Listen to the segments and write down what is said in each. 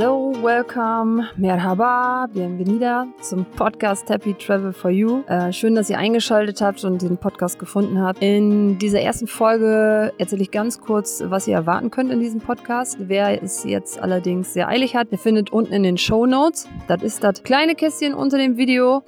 Hallo, welcome, merhaba, bienvenida zum Podcast Happy Travel for You. Schön, dass ihr eingeschaltet habt und den Podcast gefunden habt. In dieser ersten Folge erzähle ich ganz kurz, was ihr erwarten könnt in diesem Podcast. Wer es jetzt allerdings sehr eilig hat, der findet unten in den Shownotes, das ist das kleine Kästchen unter dem Video,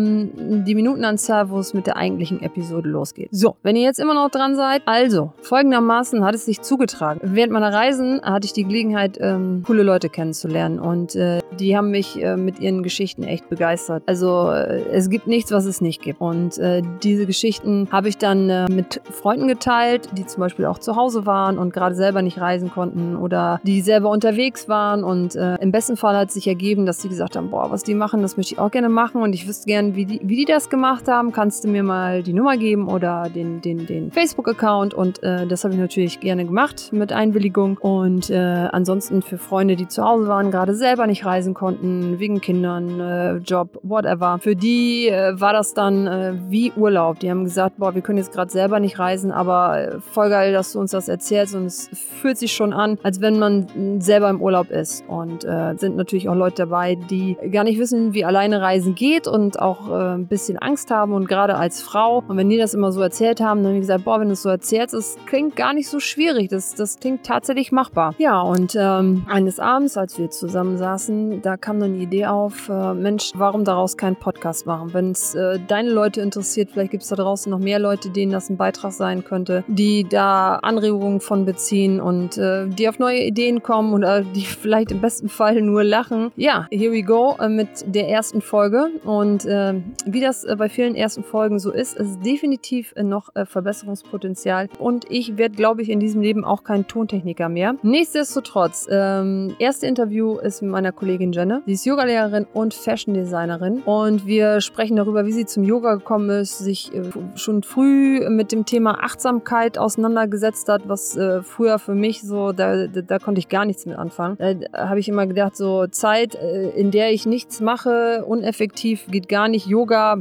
die Minutenanzahl, wo es mit der eigentlichen Episode losgeht. So, wenn ihr jetzt immer noch dran seid, also folgendermaßen hat es sich zugetragen. Während meiner Reisen hatte ich die Gelegenheit, coole Leute kennenzulernen und die haben mich mit ihren Geschichten echt begeistert. Also es gibt nichts, was es nicht gibt. Und diese Geschichten habe ich dann mit Freunden geteilt, die zum Beispiel auch zu Hause waren und gerade selber nicht reisen konnten oder die selber unterwegs waren. Und im besten Fall hat es sich ergeben, dass sie gesagt haben, boah, was die machen, das möchte ich auch gerne machen und ich wüsste gerne, wie die das gemacht haben. Kannst du mir mal die Nummer geben oder den Facebook-Account? Und das habe ich natürlich gerne gemacht mit Einwilligung. Und ansonsten für Freunde, die zu Hause waren, gerade selber nicht reisen konnten, wegen Kindern, Job, whatever. Für die war das dann wie Urlaub. Die haben gesagt, boah, wir können jetzt gerade selber nicht reisen, aber voll geil, dass du uns das erzählst und es fühlt sich schon an, als wenn man selber im Urlaub ist. Und sind natürlich auch Leute dabei, die gar nicht wissen, wie alleine Reisen geht und auch ein bisschen Angst haben und gerade als Frau. Und wenn die das immer so erzählt haben, dann haben die gesagt, boah, wenn du es so erzählst, das klingt gar nicht so schwierig. Das klingt tatsächlich machbar. Ja, und eines Abends, als wir zusammen saßen, da kam dann die Idee auf, Mensch, warum daraus keinen Podcast machen? Wenn es deine Leute interessiert, vielleicht gibt es da draußen noch mehr Leute, denen das ein Beitrag sein könnte, die da Anregungen von beziehen und die auf neue Ideen kommen und die vielleicht im besten Fall nur lachen. Ja, here we go mit der ersten Folge und wie das bei vielen ersten Folgen so ist definitiv noch Verbesserungspotenzial und ich werde, glaube ich, in diesem Leben auch kein Tontechniker mehr. Nichtsdestotrotz, erste Interview ist mit meiner Kollegin Jenne. Sie ist Yogalehrerin und Fashion-Designerin und wir sprechen darüber, wie sie zum Yoga gekommen ist, sich schon früh mit dem Thema Achtsamkeit auseinandergesetzt hat, was früher für mich so, da konnte ich gar nichts mit anfangen. Da habe ich immer gedacht, so Zeit, in der ich nichts mache, uneffektiv, geht gar nicht, Yoga,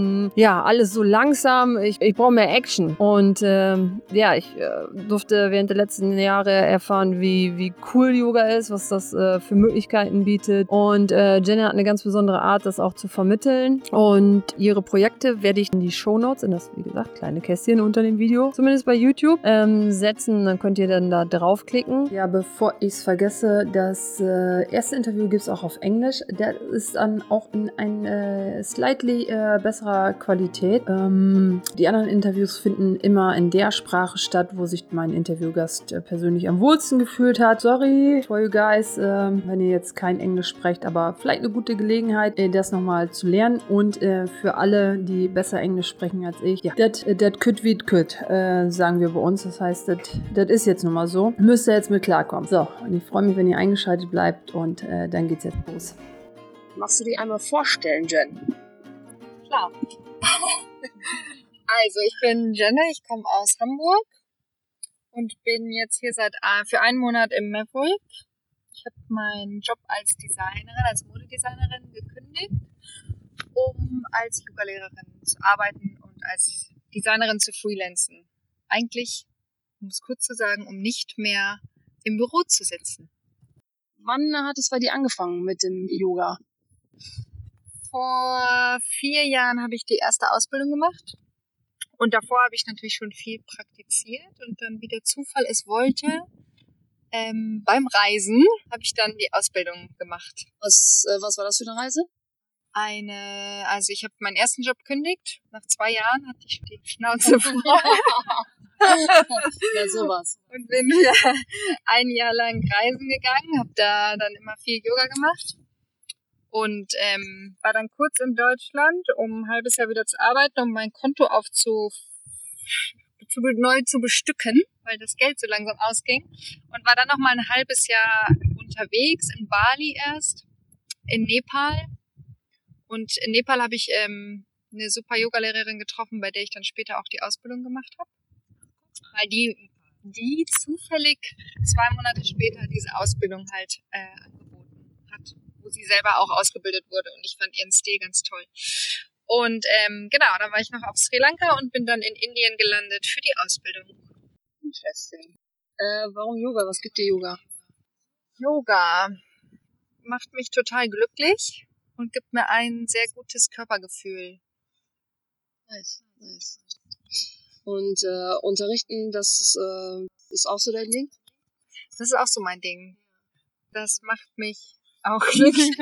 ja, alles so langsam, ich brauche mehr Action. Und ja, ich durfte während der letzten Jahre erfahren, wie cool Yoga ist, was das für Möglichkeiten bietet. Und Jenna hat eine ganz besondere Art, das auch zu vermitteln. Und ihre Projekte werde ich in die Shownotes, in das, wie gesagt, kleine Kästchen unter dem Video, zumindest bei YouTube, setzen. Dann könnt ihr dann da draufklicken. Ja, bevor ich es vergesse, das erste Interview gibt es auch auf Englisch. Der ist dann auch in ein slightly besserer Qualität. Die anderen Interviews finden immer in der Sprache statt, wo sich mein Interviewgast persönlich am wohlsten gefühlt hat. Sorry for you guys, wenn ihr jetzt kein Englisch sprecht, aber vielleicht eine gute Gelegenheit, das nochmal zu lernen. Und für alle, die besser Englisch sprechen als ich, ja, that could be could, sagen wir bei uns. Das heißt, das ist jetzt nun mal so. Müsst ihr jetzt mit klarkommen. So, und ich freue mich, wenn ihr eingeschaltet bleibt und dann geht's jetzt los. Magst du dich einmal vorstellen, Jen? Klar. Also, ich bin Jenne, ich komme aus Hamburg und bin jetzt hier für einen Monat im Maverick. Ich habe meinen Job als Designerin, als Modedesignerin gekündigt, um als Yogalehrerin zu arbeiten und als Designerin zu freelancen. Eigentlich, um es kurz zu sagen, um nicht mehr im Büro zu sitzen. Wann hat es bei dir angefangen mit dem Yoga? Vor 4 Jahren habe ich die erste Ausbildung gemacht. Und davor habe ich natürlich schon viel praktiziert und dann, wie der Zufall es wollte, beim Reisen habe ich dann die Ausbildung gemacht. Was war das für eine Reise? Also ich habe meinen ersten Job gekündigt. Nach 2 Jahren hatte ich die Schnauze voll. Ja, sowas. Und bin ein Jahr lang reisen gegangen, habe da dann immer viel Yoga gemacht. Und war dann kurz in Deutschland, um ein halbes Jahr wieder zu arbeiten, um mein Konto neu zu bestücken, weil das Geld so langsam ausging. Und war dann noch mal ein halbes Jahr unterwegs, in Bali erst, in Nepal. Und in Nepal habe ich eine super Yogalehrerin getroffen, bei der ich dann später auch die Ausbildung gemacht habe. Weil die zufällig 2 Monate später diese Ausbildung halt angeboten hat, wo sie selber auch ausgebildet wurde und ich fand ihren Stil ganz toll. Und genau, dann war ich noch auf Sri Lanka und bin dann in Indien gelandet für die Ausbildung. Interesting. Warum Yoga? Was gibt dir Yoga? Yoga. macht mich total glücklich und gibt mir ein sehr gutes Körpergefühl. Nice. Und unterrichten, das ist auch so dein Ding? Das ist auch so mein Ding. Das macht mich auch glücklich.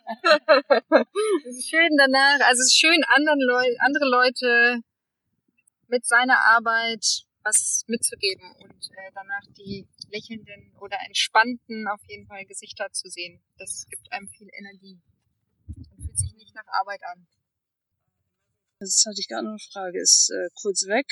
Es ist schön danach, also es ist schön, andere Leute mit seiner Arbeit was mitzugeben und danach die lächelnden oder entspannten auf jeden Fall Gesichter zu sehen. Das gibt einem viel Energie und fühlt sich nicht nach Arbeit an. Das hatte ich gerade noch eine Frage, ist kurz weg.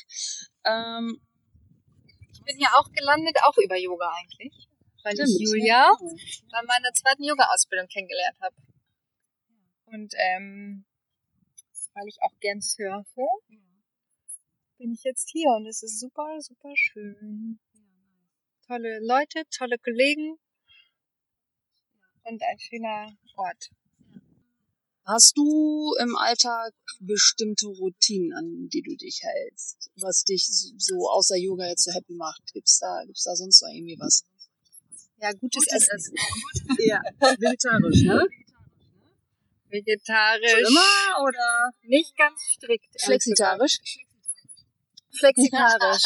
Ich bin hier auch gelandet, auch über Yoga eigentlich, weil ich Julia bei meiner zweiten Yoga-Ausbildung kennengelernt habe. Und weil ich auch gern surfe, bin ich jetzt hier und es ist super, super schön. Tolle Leute, tolle Kollegen und ein schöner Ort. Hast du im Alltag bestimmte Routinen, an die du dich hältst, was dich so außer Yoga jetzt so happy macht? Gibt's da sonst noch irgendwie was? Ja, gutes Essen. Ja, vegetarisch, ne? Vegetarisch. Schon immer oder Nicht ganz strikt. flexitarisch? Flexitarisch.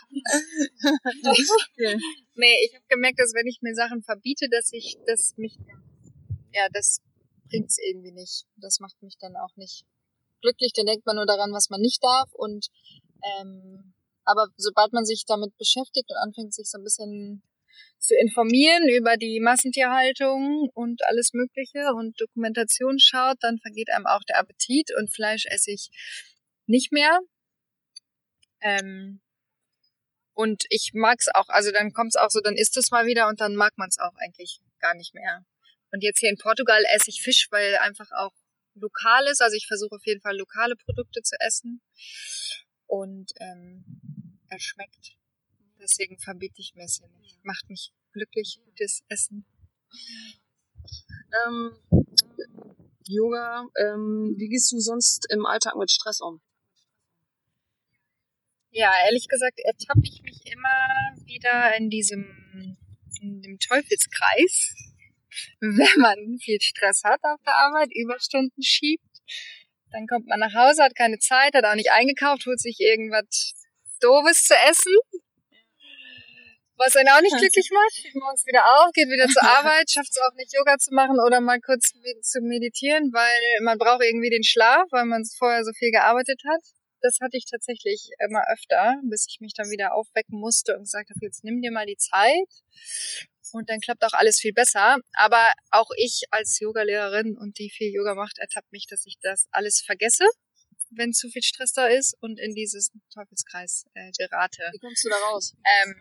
Nee, ich habe gemerkt, dass wenn ich mir Sachen verbiete, das bringt's irgendwie nicht. Das macht mich dann auch nicht glücklich. Dann denkt man nur daran, was man nicht darf. Und aber sobald man sich damit beschäftigt und anfängt, sich so ein bisschen zu informieren über die Massentierhaltung und alles Mögliche und Dokumentation schaut, dann vergeht einem auch der Appetit und Fleisch esse ich nicht mehr. Und ich mag's auch, also dann kommt's auch so, dann isst es mal wieder und dann mag man's auch eigentlich gar nicht mehr. Und jetzt hier in Portugal esse ich Fisch, weil einfach auch lokal ist. Also ich versuche auf jeden Fall lokale Produkte zu essen. Und er schmeckt. Deswegen verbiete ich mir es hier nicht. Macht mich glücklich, gutes Essen. Yoga, wie gehst du sonst im Alltag mit Stress um? Ja, ehrlich gesagt ertappe ich mich immer wieder in dem Teufelskreis, wenn man viel Stress hat auf der Arbeit, Überstunden schiebt. Dann kommt man nach Hause, hat keine Zeit, hat auch nicht eingekauft, holt sich irgendwas Doofes zu essen, was einen auch nicht glücklich macht. Steht morgens wieder auf, geht wieder zur Arbeit, schafft es auch nicht, Yoga zu machen oder mal kurz zu meditieren, weil man braucht irgendwie den Schlaf, weil man vorher so viel gearbeitet hat. Das hatte ich tatsächlich immer öfter, bis ich mich dann wieder aufwecken musste und gesagt habe, jetzt nimm dir mal die Zeit und dann klappt auch alles viel besser. Aber auch ich als Yogalehrerin und die viel Yoga macht, ertappt mich, dass ich das alles vergesse, wenn zu viel Stress da ist und in dieses Teufelskreis gerate. Wie kommst du da raus?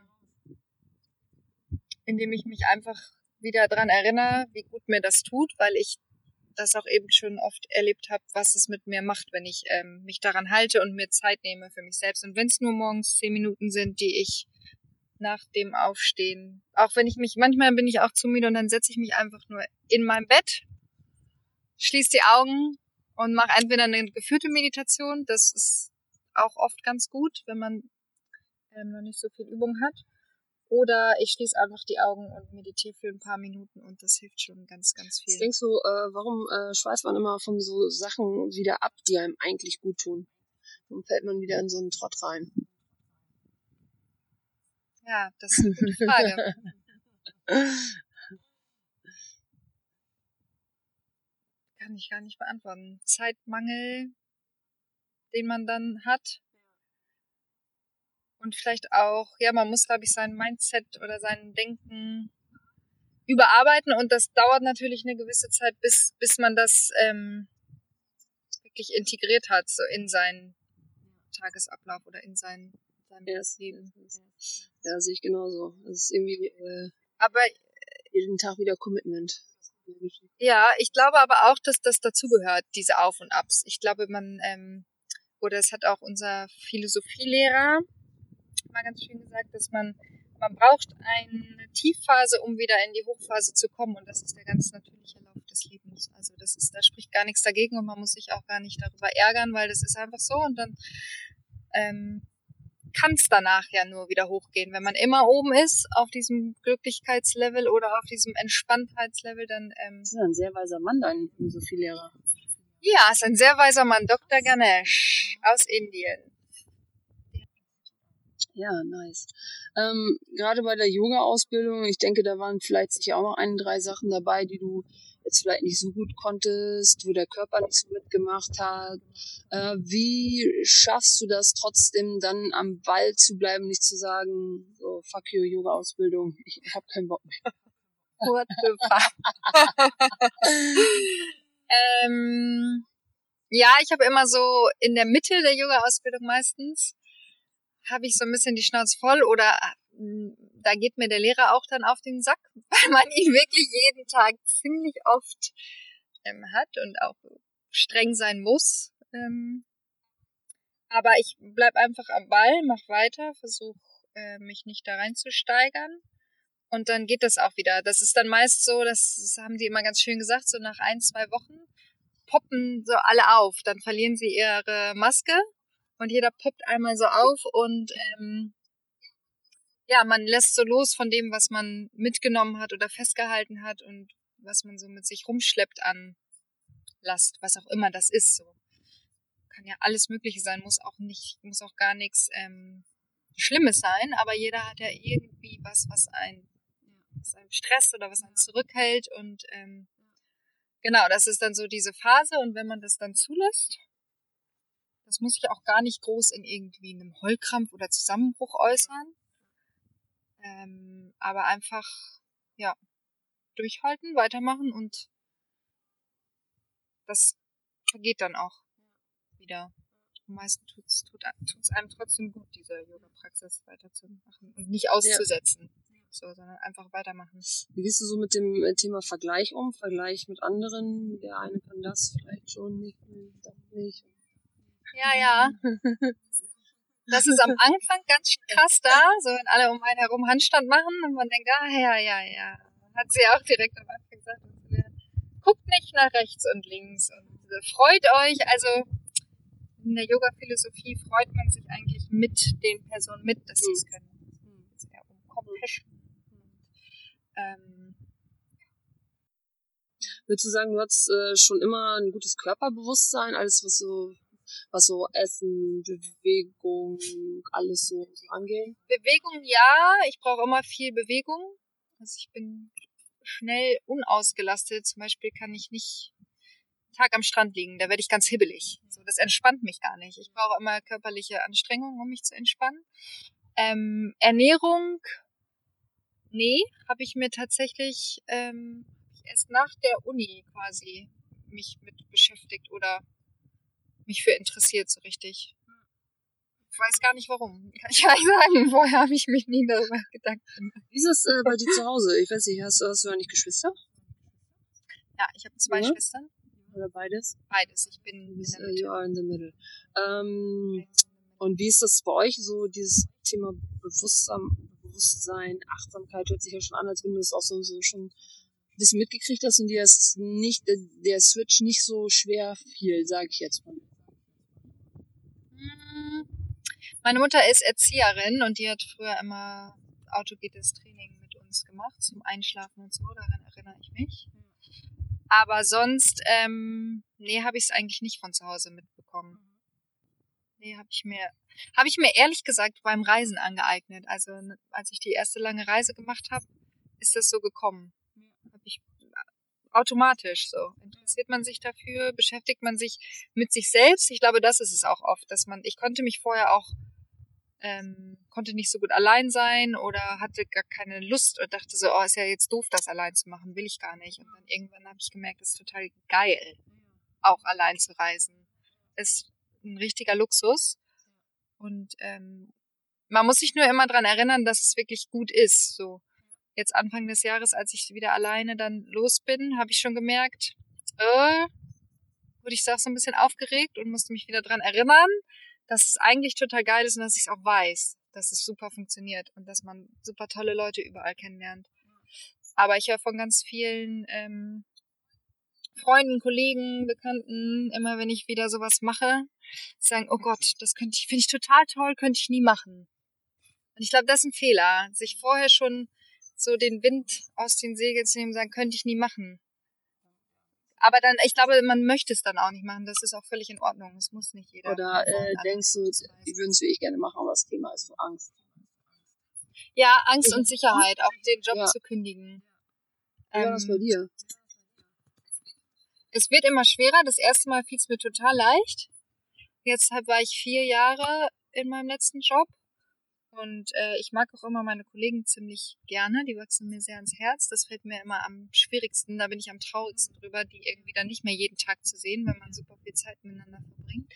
Indem ich mich einfach wieder dran erinnere, wie gut mir das tut, weil ich das auch eben schon oft erlebt habe, was es mit mir macht, wenn ich mich daran halte und mir Zeit nehme für mich selbst. Und wenn es nur morgens 10 Minuten sind, die ich nach dem Aufstehen, auch wenn manchmal bin ich auch zu müde und dann setze ich mich einfach nur in mein Bett, schließe die Augen und mache entweder eine geführte Meditation, das ist auch oft ganz gut, wenn man noch nicht so viel Übung hat. Oder ich schließe einfach die Augen und meditiere für ein paar Minuten und das hilft schon ganz, ganz viel. Was denkst du, warum schweißt man immer von so Sachen wieder ab, die einem eigentlich gut tun? Dann fällt man wieder in so einen Trott rein. Ja, das ist eine gute Frage. Kann ich gar nicht beantworten. Zeitmangel, den man dann hat. Und vielleicht auch, ja, man muss, glaube ich, sein Mindset oder sein Denken überarbeiten. Und das dauert natürlich eine gewisse Zeit, bis man das wirklich integriert hat, so in seinen Tagesablauf oder in sein Leben. Ja, sehe ich genauso. Es ist irgendwie Aber jeden Tag wieder Commitment. ja, ich glaube aber auch, dass das dazugehört, diese Auf und Abs. Ich glaube, oder es hat auch unser Philosophielehrer mal ganz schön gesagt, dass man braucht eine Tiefphase, um wieder in die Hochphase zu kommen. Und das ist der ganz natürliche Lauf des Lebens. Also da spricht gar nichts dagegen und man muss sich auch gar nicht darüber ärgern, weil das ist einfach so. Und dann kann es danach ja nur wieder hochgehen. Wenn man immer oben ist, auf diesem Glücklichkeitslevel oder auf diesem Entspanntheitslevel, dann... Das ist ja ein sehr weiser Mann, dein Philosophielehrer. Ja, ist ein sehr weiser Mann, Dr. Ganesh aus Indien. Ja, nice. Gerade bei der Yoga-Ausbildung, ich denke, da waren vielleicht sicher auch noch 3 Sachen dabei, die du jetzt vielleicht nicht so gut konntest, wo der Körper nicht so mitgemacht hat. Wie schaffst du das trotzdem dann am Ball zu bleiben, nicht zu sagen, so, fuck you, Yoga-Ausbildung, ich hab keinen Bock mehr. What the fuck? Ja, ich habe immer so in der Mitte der Yoga-Ausbildung meistens, habe ich so ein bisschen die Schnauze voll oder da geht mir der Lehrer auch dann auf den Sack, weil man ihn wirklich jeden Tag ziemlich oft hat und auch streng sein muss. Aber ich bleib einfach am Ball, mach weiter, versuche mich nicht da reinzusteigern. Und dann geht das auch wieder. Das ist dann meist so, das haben die immer ganz schön gesagt, so nach 1, 2 Wochen poppen so alle auf. Dann verlieren sie ihre Maske und jeder poppt einmal so auf und ja, man lässt so los von dem, was man mitgenommen hat oder festgehalten hat und was man so mit sich rumschleppt an Last, was auch immer das ist. So kann ja alles Mögliche sein, muss auch gar nichts Schlimmes sein, aber jeder hat ja irgendwie was einen stresst oder was einen zurückhält und genau, das ist dann so diese Phase und wenn man das dann zulässt, das muss sich auch gar nicht groß in irgendwie einem Heulkrampf oder Zusammenbruch äußern, aber einfach, ja, durchhalten, weitermachen und das vergeht dann auch wieder. Am meisten tut's einem trotzdem gut, diese Yoga-Praxis weiterzumachen und nicht auszusetzen, so, sondern einfach weitermachen. Wie gehst du so mit dem Thema Vergleich um? Vergleich mit anderen? Der eine kann das vielleicht schon nicht, das nicht. Ja. Das ist am Anfang ganz krass da, so wenn alle um einen herum Handstand machen und man denkt, ja. Hat sie auch direkt am Anfang gesagt, guckt nicht nach rechts und links und freut euch, also in der Yoga-Philosophie freut man sich eigentlich mit den Personen mit, dass sie es können. Es ist eher um Compassion. Würdest du sagen, du hattest schon immer ein gutes Körperbewusstsein, alles was so Essen, Bewegung, alles so angeht? Bewegung, ja, ich brauche immer viel Bewegung. Also ich bin schnell unausgelastet. Zum Beispiel kann ich nicht einen Tag am Strand liegen, da werde ich ganz hibbelig. So, das entspannt mich gar nicht. Ich brauche immer körperliche Anstrengung, um mich zu entspannen. Ernährung, nee, habe ich mir tatsächlich erst nach der Uni quasi mich mit beschäftigt oder mich für interessiert so richtig. Ich weiß gar nicht warum. Kann ich gar nicht sagen. Vorher habe ich mich nie darüber Gedanken gemacht. Wie ist das bei dir zu Hause? Ich weiß nicht, hast du eigentlich Geschwister? Ja, ich habe 2 Schwestern. Oder beides? Beides. Ich bin in der Mitte. You are in the middle. Und wie ist das bei euch, so dieses Thema Bewusstsein, Achtsamkeit, hört sich ja schon an, als wenn du es auch so schon ein bisschen mitgekriegt hast und dir ist nicht, der Switch nicht so schwer fiel, sage ich jetzt mal. Meine Mutter ist Erzieherin und die hat früher immer autogenes Training mit uns gemacht, zum Einschlafen und so, daran erinnere ich mich. Aber sonst, nee, habe ich es eigentlich nicht von zu Hause mitbekommen. Nee, habe ich mir ehrlich gesagt beim Reisen angeeignet. Also als ich die erste lange Reise gemacht habe, ist das so gekommen. Habe ich automatisch so. Interessiert man sich dafür, beschäftigt man sich mit sich selbst. Ich glaube, das ist es auch oft, dass ich konnte mich vorher auch, konnte nicht so gut allein sein oder hatte gar keine Lust und dachte so, ist ja jetzt doof, das allein zu machen, will ich gar nicht. Und dann irgendwann habe ich gemerkt, es ist total geil, auch allein zu reisen. Ist ein richtiger Luxus. Und man muss sich nur immer dran erinnern, dass es wirklich gut ist. So jetzt Anfang des Jahres, als ich wieder alleine dann los bin, habe ich schon gemerkt, wurde ich so ein bisschen aufgeregt und musste mich wieder dran erinnern, dass es eigentlich total geil ist und dass ich es auch weiß, dass es super funktioniert und dass man super tolle Leute überall kennenlernt. Aber ich höre von ganz vielen Freunden, Kollegen, Bekannten, immer wenn ich wieder sowas mache, sagen, oh Gott, das finde ich total toll, könnte ich nie machen. Und ich glaube, das ist ein Fehler, sich vorher schon so den Wind aus den Segeln zu nehmen und sagen, könnte ich nie machen. Aber dann, ich glaube, man möchte es dann auch nicht machen. Das ist auch völlig in Ordnung. Es muss nicht jeder. Oder denkst du, die würden es wie ich gerne machen, aber das Thema ist so Angst. Ja, Angst und Sicherheit, auch den Job zu kündigen. Wie war das bei dir? Es wird immer schwerer. Das erste Mal fiel es mir total leicht. Jetzt war ich 4 Jahre in meinem letzten Job. Und ich mag auch immer meine Kollegen ziemlich gerne. Die wachsen mir sehr ans Herz. Das fällt mir immer am schwierigsten. Da bin ich am traurigsten drüber, die irgendwie dann nicht mehr jeden Tag zu sehen, wenn man super viel Zeit miteinander verbringt.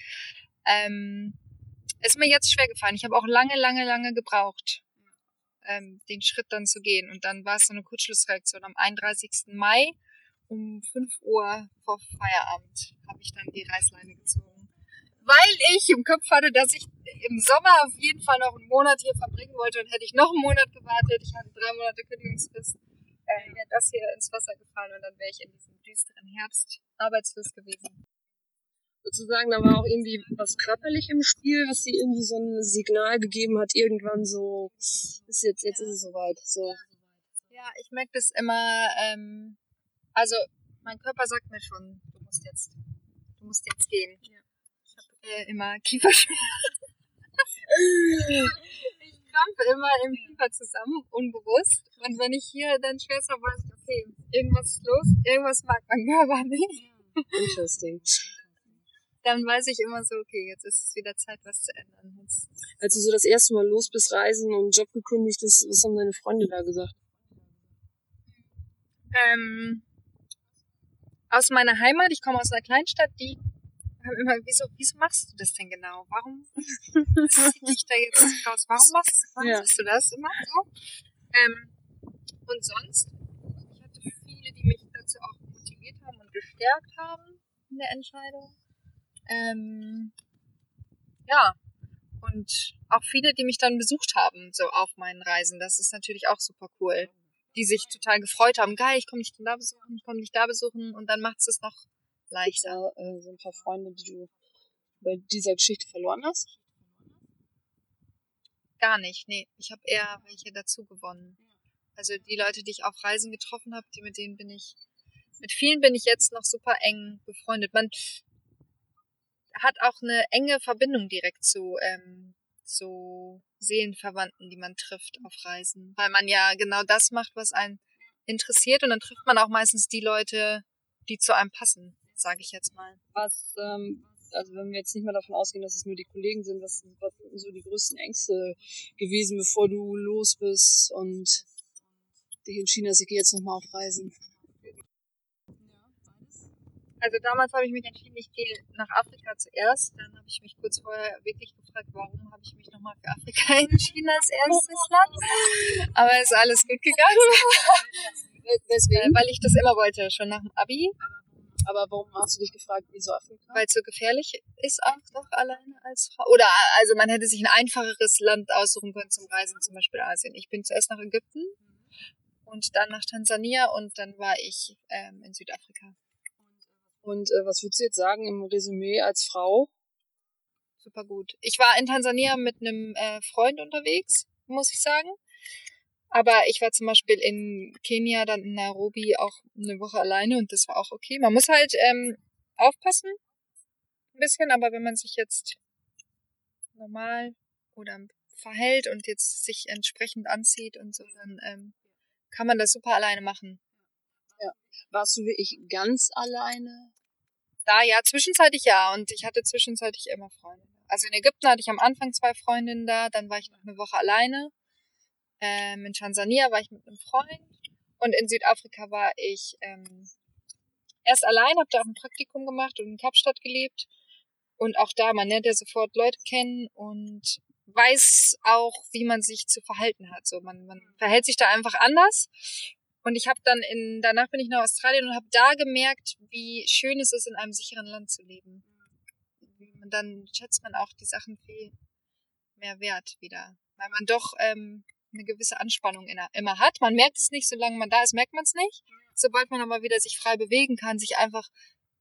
Ist mir jetzt schwer gefallen. Ich habe auch lange gebraucht, den Schritt dann zu gehen. Und dann war es so eine Kurzschlussreaktion. Am 31. Mai um 5 Uhr vor Feierabend habe ich dann die Reißleine gezogen. Weil ich im Kopf hatte, dass ich im Sommer auf jeden Fall noch einen Monat hier verbringen wollte, und hätte ich noch einen Monat gewartet, ich hatte 3 Monate Kündigungsfrist, wäre das hier ins Wasser gefallen und dann wäre ich in diesem düsteren Herbst arbeitslos gewesen. Sozusagen, da war auch irgendwie was körperlich im Spiel, was dir irgendwie so ein Signal gegeben hat, irgendwann so, jetzt ist es soweit. So. Ja, ich merke das immer, also mein Körper sagt mir schon, du musst jetzt gehen. Ja. Ich habe immer Kieferschmerzen. Ich krampfe immer im Kiefer zusammen, unbewusst. Und wenn ich hier dann Schmerz habe, weiß ich, okay, irgendwas ist los, irgendwas mag mein Körper nicht. Interesting. Dann weiß ich immer so, okay, jetzt ist es wieder Zeit, was zu ändern. Als du so das erste Mal los bist, reisen und Job gekündigt hast, was haben deine Freunde da gesagt? Aus meiner Heimat, ich komme aus einer Kleinstadt, die haben immer, wieso machst du das denn genau? Warum zieht dich da jetzt raus? Warum machst du das immer so? Und sonst, ich hatte viele, die mich dazu auch motiviert haben und gestärkt haben in der Entscheidung. Ja, und auch viele, die mich dann besucht haben, so auf meinen Reisen. Das ist natürlich auch super cool. Die sich total gefreut haben. Geil, ich komme dich da besuchen und dann macht es noch leichter. So ein paar Freunde, die du bei dieser Geschichte verloren hast? Gar nicht, nee. Ich habe eher welche dazu gewonnen. Also die Leute, die ich auf Reisen getroffen habe, mit vielen bin ich jetzt noch super eng befreundet. Man hat auch eine enge Verbindung direkt zu Seelenverwandten, die man trifft auf Reisen. Weil man ja genau das macht, was einen interessiert. Und dann trifft man auch meistens die Leute, die zu einem passen, sage ich jetzt mal. Also wenn wir jetzt nicht mehr davon ausgehen, dass es nur die Kollegen sind, was sind so die größten Ängste gewesen, bevor du los bist und dich entschieden hast, ich gehe jetzt nochmal auf Reisen? Also damals habe ich mich entschieden, ich gehe nach Afrika zuerst. Dann habe ich mich kurz vorher wirklich gefragt, warum habe ich mich nochmal für Afrika entschieden als erstes Land. Aber ist alles gut gegangen. Weswegen? Weil ich das immer wollte, schon nach dem Abi. Aber warum hast du dich gefragt, wieso Afrika? Weil es so gefährlich ist auch doch alleine als Frau. Oder also man hätte sich ein einfacheres Land aussuchen können zum Reisen, zum Beispiel Asien. Ich bin zuerst nach Ägypten und dann nach Tansania und dann war ich in Südafrika. Und was würdest du jetzt sagen im Resümee als Frau? Super gut. Ich war in Tansania mit einem Freund unterwegs, muss ich sagen. Aber ich war zum Beispiel in Kenia, dann in Nairobi auch eine Woche alleine und das war auch okay. Man muss halt aufpassen, ein bisschen, aber wenn man sich jetzt normal oder verhält und jetzt sich entsprechend anzieht und so, dann kann man das super alleine machen. Ja. Warst du wirklich ganz alleine? Da ja, zwischenzeitlich ja. Und ich hatte zwischenzeitlich immer Freunde. Also in Ägypten hatte ich am Anfang 2 Freundinnen da, dann war ich noch eine Woche alleine. In Tansania war ich mit einem Freund. Und in Südafrika war ich erst allein, habe da auch ein Praktikum gemacht und in Kapstadt gelebt. Und auch da, man lernt ja sofort Leute kennen und weiß auch, wie man sich zu verhalten hat. So, man verhält sich da einfach anders. Und ich habe danach bin ich nach Australien und habe da gemerkt, wie schön es ist, in einem sicheren Land zu leben. Und dann schätzt man auch die Sachen viel mehr wert wieder. Weil man doch eine gewisse Anspannung immer hat. Man merkt es nicht, solange man da ist, merkt man es nicht. Sobald man aber wieder sich frei bewegen kann, sich einfach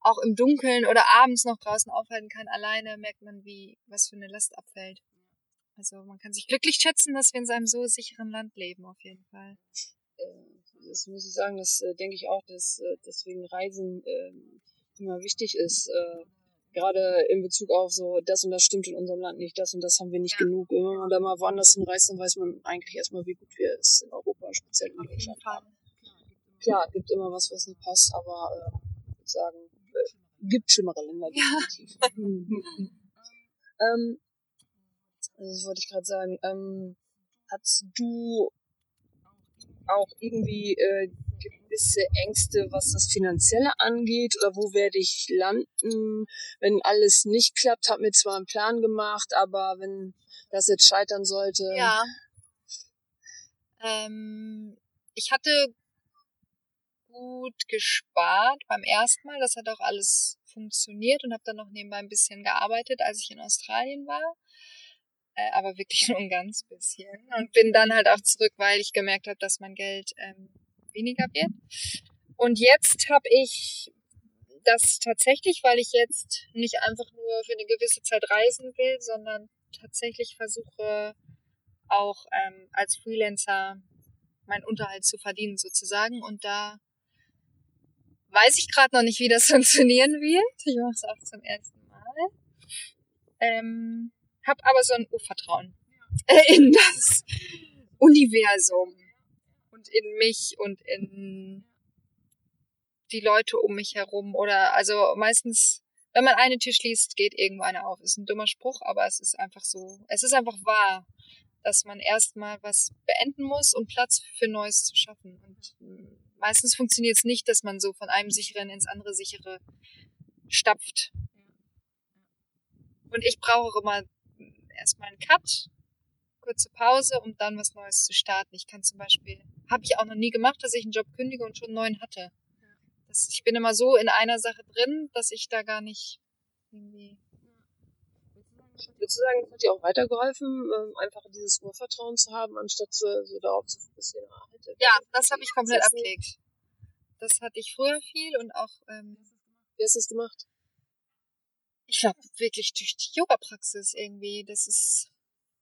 auch im Dunkeln oder abends noch draußen aufhalten kann, alleine merkt man, was für eine Last abfällt. Also man kann sich glücklich schätzen, dass wir in seinem so sicheren Land leben, auf jeden Fall. Das muss ich sagen, das denke ich auch, dass deswegen Reisen immer wichtig ist. Gerade in Bezug auf so, das und das stimmt in unserem Land nicht, das und das haben wir nicht genug. Wenn man da mal woanders hinreist, dann weiß man eigentlich erstmal, wie gut wir es in Europa, speziell in Deutschland haben. Klar, gibt immer was nicht passt, aber ich würde sagen, gibt schlimmere Länder, definitiv. Das wollte ich gerade sagen. Hast du auch irgendwie gewisse Ängste, was das Finanzielle angeht? Oder wo werde ich landen, wenn alles nicht klappt? Hab mir zwar einen Plan gemacht, aber wenn das jetzt scheitern sollte... Ja. Ich hatte gut gespart beim ersten Mal. Das hat auch alles funktioniert und habe dann noch nebenbei ein bisschen gearbeitet, als ich in Australien war. Aber wirklich nur ein ganz bisschen. Und bin dann halt auch zurück, weil ich gemerkt habe, dass mein Geld weniger wird. Und jetzt habe ich das tatsächlich, weil ich jetzt nicht einfach nur für eine gewisse Zeit reisen will, sondern tatsächlich versuche auch als Freelancer meinen Unterhalt zu verdienen sozusagen. Und da weiß ich gerade noch nicht, wie das funktionieren wird. Ich mache es auch zum ersten Mal. Hab aber so ein Urvertrauen in das Universum und in mich und in die Leute um mich herum. Oder also meistens, wenn man eine Tür schließt, geht irgendwo eine auf. Ist ein dummer Spruch, aber es ist einfach so. Es ist einfach wahr, dass man erstmal was beenden muss, um Platz für Neues zu schaffen. Und meistens funktioniert es nicht, dass man so von einem sicheren ins andere sichere stapft. Und ich brauche immer erstmal einen Cut, kurze Pause, um dann was Neues zu starten. Ich kann zum Beispiel, habe ich auch noch nie gemacht, dass ich einen Job kündige und schon einen neuen hatte. Ich bin immer so in einer Sache drin, dass ich da gar nicht irgendwie... Würdest du sagen, das hat dir auch weitergeholfen, einfach dieses Urvertrauen zu haben, anstatt so darauf zu fokussieren? Ja, das habe ich komplett abgelegt. Das hatte ich früher viel und auch... Wie hast du das gemacht? Ich glaube, wirklich durch die Yoga-Praxis irgendwie. Das ist...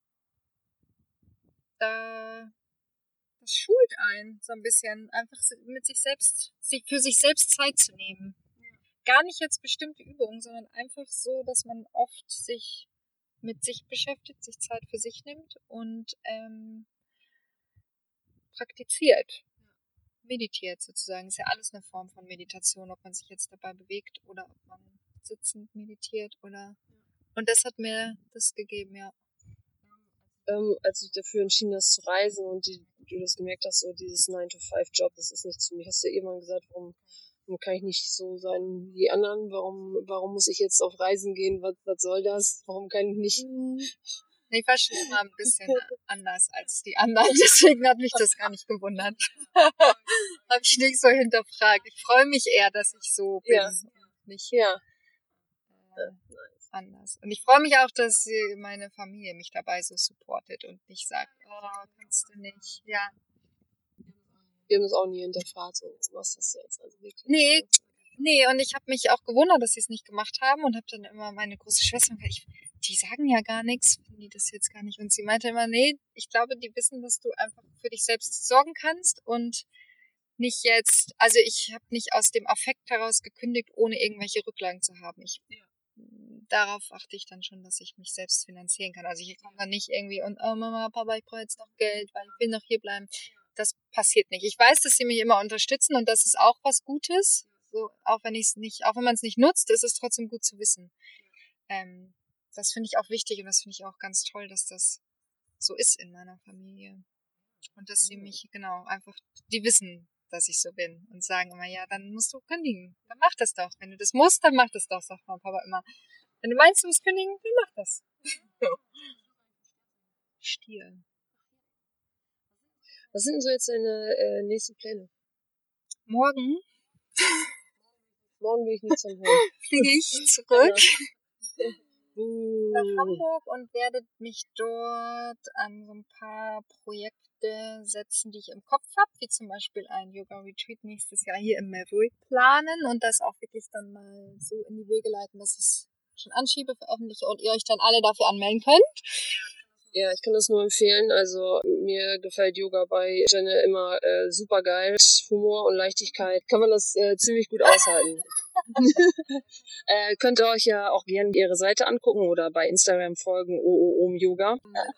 Das schult einen so ein bisschen, einfach mit sich selbst, für sich selbst Zeit zu nehmen. Gar nicht jetzt bestimmte Übungen, sondern einfach so, dass man oft sich mit sich beschäftigt, sich Zeit für sich nimmt und praktiziert, meditiert sozusagen. Ist ja alles eine Form von Meditation, ob man sich jetzt dabei bewegt oder ob man sitzend meditiert oder... Und das hat mir das gegeben, ja. Als du dich dafür entschieden hast zu reisen und du das gemerkt hast, so dieses 9-to-5-Job, das ist nicht zu mir, hast du irgendwann gesagt, warum kann ich nicht so sein wie die anderen? Warum muss ich jetzt auf Reisen gehen? Was soll das? Warum kann ich nicht? Ich war schon immer ein bisschen anders als die anderen, deswegen hat mich das gar nicht gewundert. Habe ich nicht so hinterfragt. Ich freue mich eher, dass ich so bin. Ja. Nicht anders. Und ich freue mich auch, dass meine Familie mich dabei so supportet und nicht sagt, oh, kannst du nicht. Ja. Wir haben das auch nie hinterfragt, so, was das jetzt also wirklich. Nee, und ich habe mich auch gewundert, dass sie es nicht gemacht haben und habe dann immer meine große Schwester gesagt, die sagen ja gar nichts, finden die das jetzt gar nicht. Und sie meinte immer, nee, ich glaube, die wissen, dass du einfach für dich selbst sorgen kannst und nicht jetzt, also ich habe nicht aus dem Affekt heraus gekündigt, ohne irgendwelche Rücklagen zu haben. Darauf achte ich dann schon, dass ich mich selbst finanzieren kann. Also ich komme dann nicht irgendwie und, oh Mama, Papa, ich brauche jetzt noch Geld, weil ich will noch hier bleiben. Das passiert nicht. Ich weiß, dass sie mich immer unterstützen und das ist auch was Gutes. So, auch wenn man es nicht nutzt, ist es trotzdem gut zu wissen. Das finde ich auch wichtig und das finde ich auch ganz toll, dass das so ist in meiner Familie. Und dass sie mich, genau, einfach, die wissen, dass ich so bin und sagen immer, ja, dann musst du kündigen. Dann mach das doch. Wenn du das musst, dann mach das doch, sagt mein Papa immer. Wenn du meinst, du musst kündigen, dann mach das. Stier. Was sind denn so jetzt deine nächsten Pläne? Morgen will ich nichts hören. fliege ich zurück. nach Hamburg und werde mich dort an so ein paar Projekte setzen, die ich im Kopf habe, wie zum Beispiel ein Yoga-Retreat nächstes Jahr hier im Maverick planen und das auch wirklich dann mal so in die Wege leiten, dass ich es schon anschiebe, veröffentliche und ihr euch dann alle dafür anmelden könnt. Ja, ich kann das nur empfehlen. Also mir gefällt Yoga bei Jenne immer super geil. Mit Humor und Leichtigkeit kann man das ziemlich gut aushalten. Könnt ihr euch ja auch gerne ihre Seite angucken oder bei Instagram folgen, Yoga.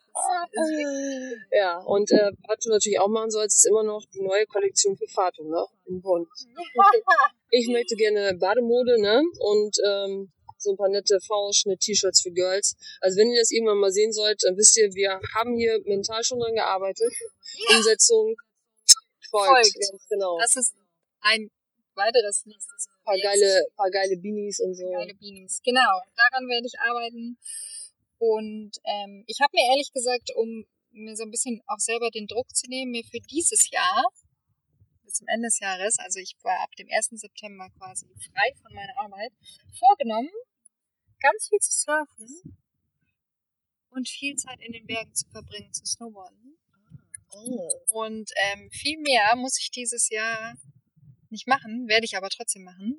Ja, und was du natürlich auch machen sollst, ist immer noch die neue Kollektion für Fatum, ne? In Bonn. Ich möchte gerne Bademode, ne? Und so ein paar nette V-Schnitt-T-Shirts für Girls. Also wenn ihr das irgendwann mal sehen sollt, dann wisst ihr, wir haben hier mental schon dran gearbeitet. Umsetzung folgt. Ganz genau. Das ist ein weiteres nächstes Paar geile Beanies und so. Geile Beanies, genau. Daran werde ich arbeiten. Und ich habe mir ehrlich gesagt, um mir so ein bisschen auch selber den Druck zu nehmen, mir für dieses Jahr, bis zum Ende des Jahres, also ich war ab dem 1. September quasi frei von meiner Arbeit, vorgenommen, ganz viel zu surfen und viel Zeit in den Bergen zu verbringen, zu snowboarden. Und viel mehr muss ich dieses Jahr nicht machen, werde ich aber trotzdem machen.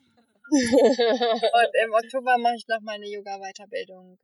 Und im Oktober mache ich noch meine Yoga-Weiterbildung,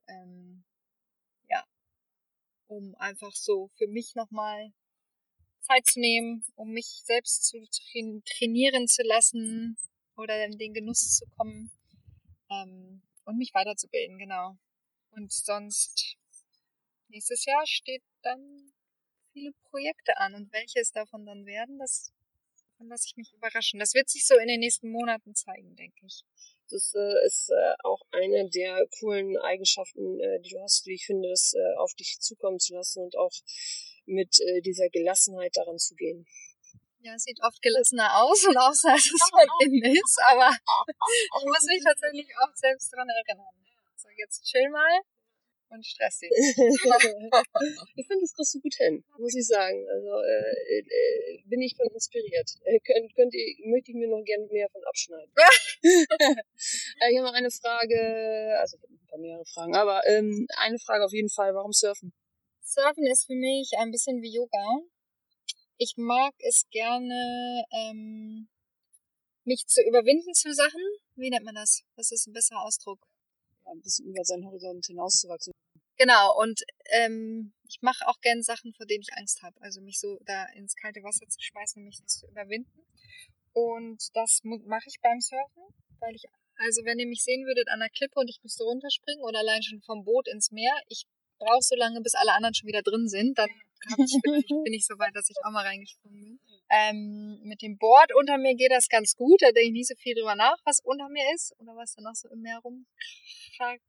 um einfach so für mich nochmal Zeit zu nehmen, um mich selbst zu trainieren zu lassen oder in den Genuss zu kommen und mich weiterzubilden, genau. Und sonst, nächstes Jahr steht dann viele Projekte an und welches davon dann werden, das lasse ich mich überraschen. Das wird sich so in den nächsten Monaten zeigen, denke ich. Das ist auch eine der coolen Eigenschaften, die du hast, wie ich finde, das auf dich zukommen zu lassen und auch mit dieser Gelassenheit daran zu gehen. Ja, es sieht oft gelassener aus und aus, als es von innen ist, aber ich muss mich tatsächlich auch selbst daran erinnern. So, jetzt chill mal und stress dich. Ich finde, das kriegst du gut hin, muss ich sagen. Also bin ich von inspiriert. Möchte ich mir noch gerne mehr von abschneiden. Ich habe noch eine Frage, also ich habe ein paar mehrere Fragen, aber eine Frage auf jeden Fall, warum surfen? Surfen ist für mich ein bisschen wie Yoga. Ich mag es gerne, mich zu überwinden zu Sachen. Wie nennt man das? Was ist ein besserer Ausdruck? Ja, ein bisschen über seinen Horizont hinauszuwachsen. Genau, und ich mache auch gerne Sachen, vor denen ich Angst habe. Also mich so da ins kalte Wasser zu schmeißen und mich zu überwinden. Und das mache ich beim Surfen, weil also wenn ihr mich sehen würdet an der Klippe und ich müsste runterspringen oder allein schon vom Boot ins Meer, ich brauche so lange, bis alle anderen schon wieder drin sind, dann bin ich so weit, dass ich auch mal reingesprungen bin. Mit dem Board unter mir geht das ganz gut, da denke ich nicht so viel drüber nach, was unter mir ist oder was da noch so im Meer rumschakelt.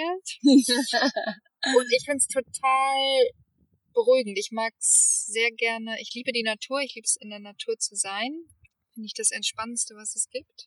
Und ich finde es total beruhigend. Ich mag es sehr gerne, ich liebe die Natur, ich liebe es in der Natur zu sein. Finde ich das Entspannendste, was es gibt.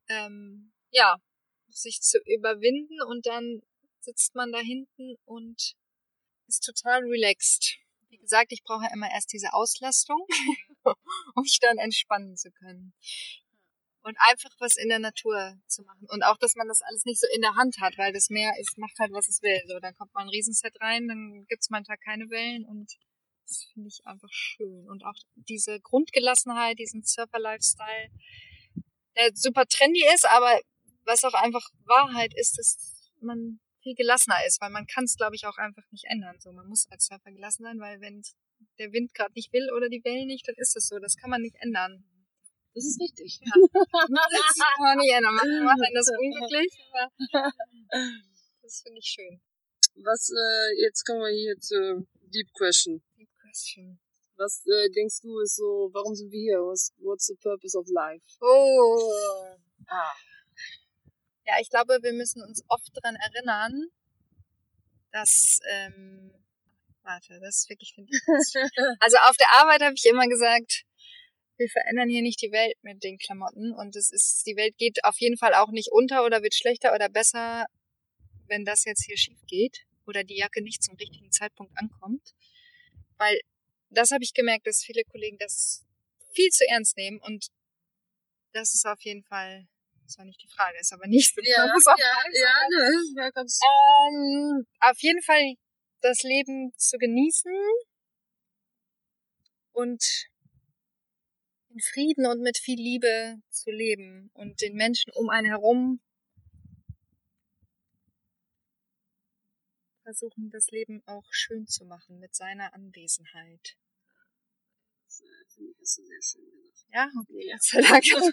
Sich zu überwinden und dann sitzt man da hinten und ist total relaxed. Wie gesagt, ich brauche ja immer erst diese Auslastung, um mich dann entspannen zu können. Und einfach was in der Natur zu machen. Und auch, dass man das alles nicht so in der Hand hat, weil das Meer macht halt, was es will. So, dann kommt mal ein Riesenset rein, dann gibt's mal einen Tag keine Wellen und das finde ich einfach schön. Und auch diese Grundgelassenheit, diesen Surfer-Lifestyle, der super trendy ist, aber was auch einfach Wahrheit ist, dass man viel gelassener ist, weil man kann es, glaube ich, auch einfach nicht ändern. So, man muss als Surfer gelassen sein, weil wenn der Wind gerade nicht will oder die Wellen nicht, dann ist es so. Das kann man nicht ändern. Das ist richtig. Ja. Das kann man nicht ändern. Man macht einen das unglücklich, aber das finde ich schön. Jetzt kommen wir hier zur Deep Question. Deep Question. Was denkst du ist so, warum sind wir hier? What's the purpose of life? Oh. Ja, ich glaube, wir müssen uns oft daran erinnern, dass, das ist wirklich also auf der Arbeit habe ich immer gesagt, wir verändern hier nicht die Welt mit den Klamotten und die Welt geht auf jeden Fall auch nicht unter oder wird schlechter oder besser, wenn das jetzt hier schief geht oder die Jacke nicht zum richtigen Zeitpunkt ankommt. Weil das habe ich gemerkt, dass viele Kollegen das viel zu ernst nehmen und das ist auf jeden Fall Das war nicht die Frage, ist aber nicht so. Ganz Auf jeden Fall das Leben zu genießen und in Frieden und mit viel Liebe zu leben und den Menschen um einen herum versuchen, das Leben auch schön zu machen mit seiner Anwesenheit. Das hast du sehr schön gesagt. Ja, okay, Gott sei Dank. Ja,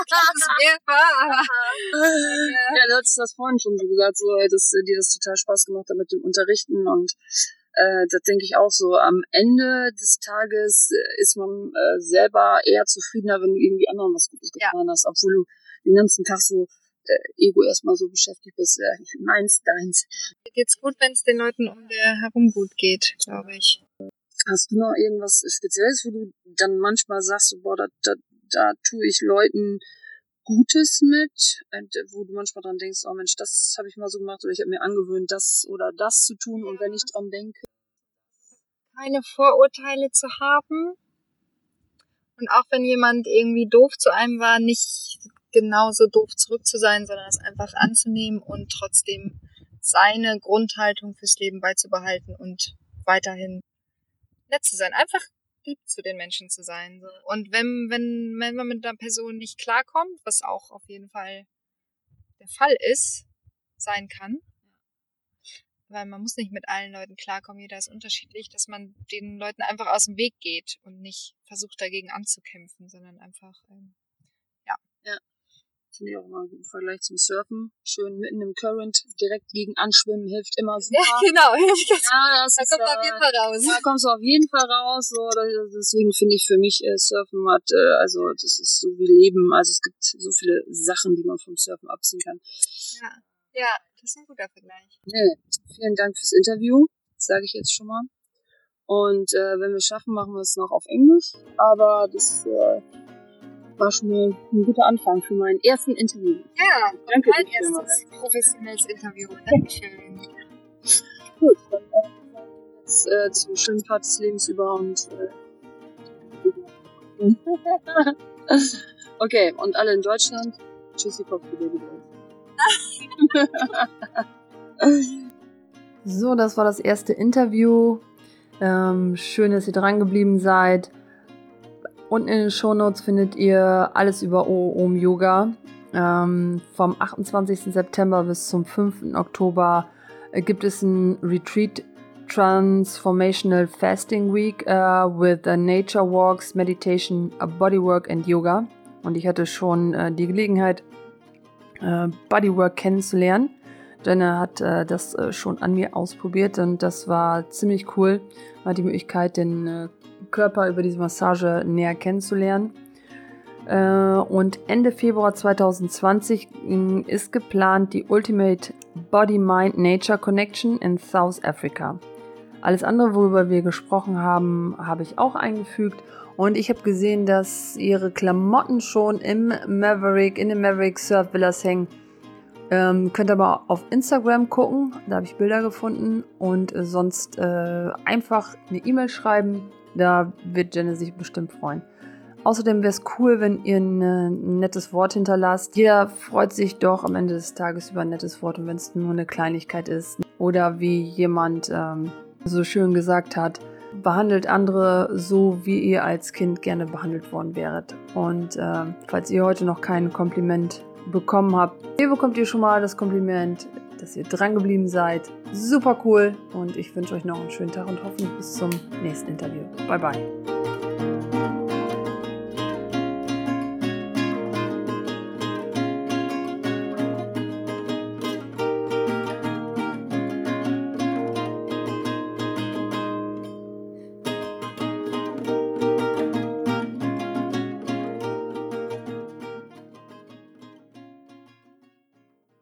du hattest das vorhin schon so gesagt, so, dass dir das total Spaß gemacht hat mit dem Unterrichten und das denke ich auch so. Am Ende des Tages ist man selber eher zufriedener, wenn du irgendwie anderen was Gutes getan hast, obwohl du den ganzen Tag so Ego erstmal so beschäftigt bist. Meins, deins. Mir geht's gut, wenn es den Leuten um dir herum gut geht, glaube ich. Hast du noch irgendwas Spezielles, wo du dann manchmal sagst, so, boah, da tue ich Leuten Gutes mit, und wo du manchmal dran denkst, oh Mensch, das habe ich mal so gemacht oder ich habe mir angewöhnt, das oder das zu tun und wenn ich dran denke. Keine Vorurteile zu haben und auch wenn jemand irgendwie doof zu einem war, nicht genauso doof zurück zu sein, sondern es einfach anzunehmen und trotzdem seine Grundhaltung fürs Leben beizubehalten und weiterhin nett zu sein. Einfach lieb zu den Menschen zu sein. So. Und wenn man mit einer Person nicht klarkommt, was auch auf jeden Fall der Fall sein kann, weil man muss nicht mit allen Leuten klarkommen, jeder ist unterschiedlich, dass man den Leuten einfach aus dem Weg geht und nicht versucht dagegen anzukämpfen, sondern einfach, Finde ich auch immer einen guten Vergleich zum Surfen. Schön mitten im Current direkt gegen anschwimmen, hilft immer super. Ja, genau. Ja, da kommt man auf jeden Fall raus. Da kommst du auf jeden Fall raus. So, deswegen finde ich für mich Surfen also das ist so wie Leben. Also es gibt so viele Sachen, die man vom Surfen abziehen kann. Ja, das ist ein guter Vergleich. Nee, vielen Dank fürs Interview, sage ich jetzt schon mal. Und wenn wir es schaffen, machen wir es noch auf Englisch. Aber das war schon mal ein guter Anfang für mein ersten Interview. Ja, Danke mein dir vielmals. erstes professionelles Interview. Dankeschön. Gut, dann jetzt zum schönen Part des Lebens über und okay, und alle in Deutschland, tschüssi, Kopf, Baby. So, das war das erste Interview. Schön, dass ihr dran geblieben seid. Unten in den Shownotes findet ihr alles über OOM Yoga. Vom 28. September bis zum 5. Oktober gibt es ein Retreat Transformational Fasting Week with Nature Walks, Meditation, Bodywork and Yoga. Und ich hatte schon die Gelegenheit, Bodywork kennenzulernen. Jenna hat das schon an mir ausprobiert und das war ziemlich cool. Man hat die Möglichkeit, den Körper über diese Massage näher kennenzulernen. Und Ende Februar 2020 ist geplant die Ultimate Body-Mind-Nature Connection in South Africa. Alles andere, worüber wir gesprochen haben, habe ich auch eingefügt. Und ich habe gesehen, dass ihre Klamotten schon in den Maverick Surf Villas hängen. Könnt aber auf Instagram gucken, da habe ich Bilder gefunden. Und sonst einfach eine E-Mail schreiben. Da wird Jenna sich bestimmt freuen. Außerdem wäre es cool, wenn ihr ein nettes Wort hinterlasst. Jeder freut sich doch am Ende des Tages über ein nettes Wort, und wenn es nur eine Kleinigkeit ist. Oder wie jemand so schön gesagt hat, behandelt andere so, wie ihr als Kind gerne behandelt worden wäret. Und falls ihr heute noch kein Kompliment bekommen habt, hier bekommt ihr schon mal das Kompliment, dass ihr dran geblieben seid. Super cool und ich wünsche euch noch einen schönen Tag und hoffentlich bis zum nächsten Interview. Bye bye.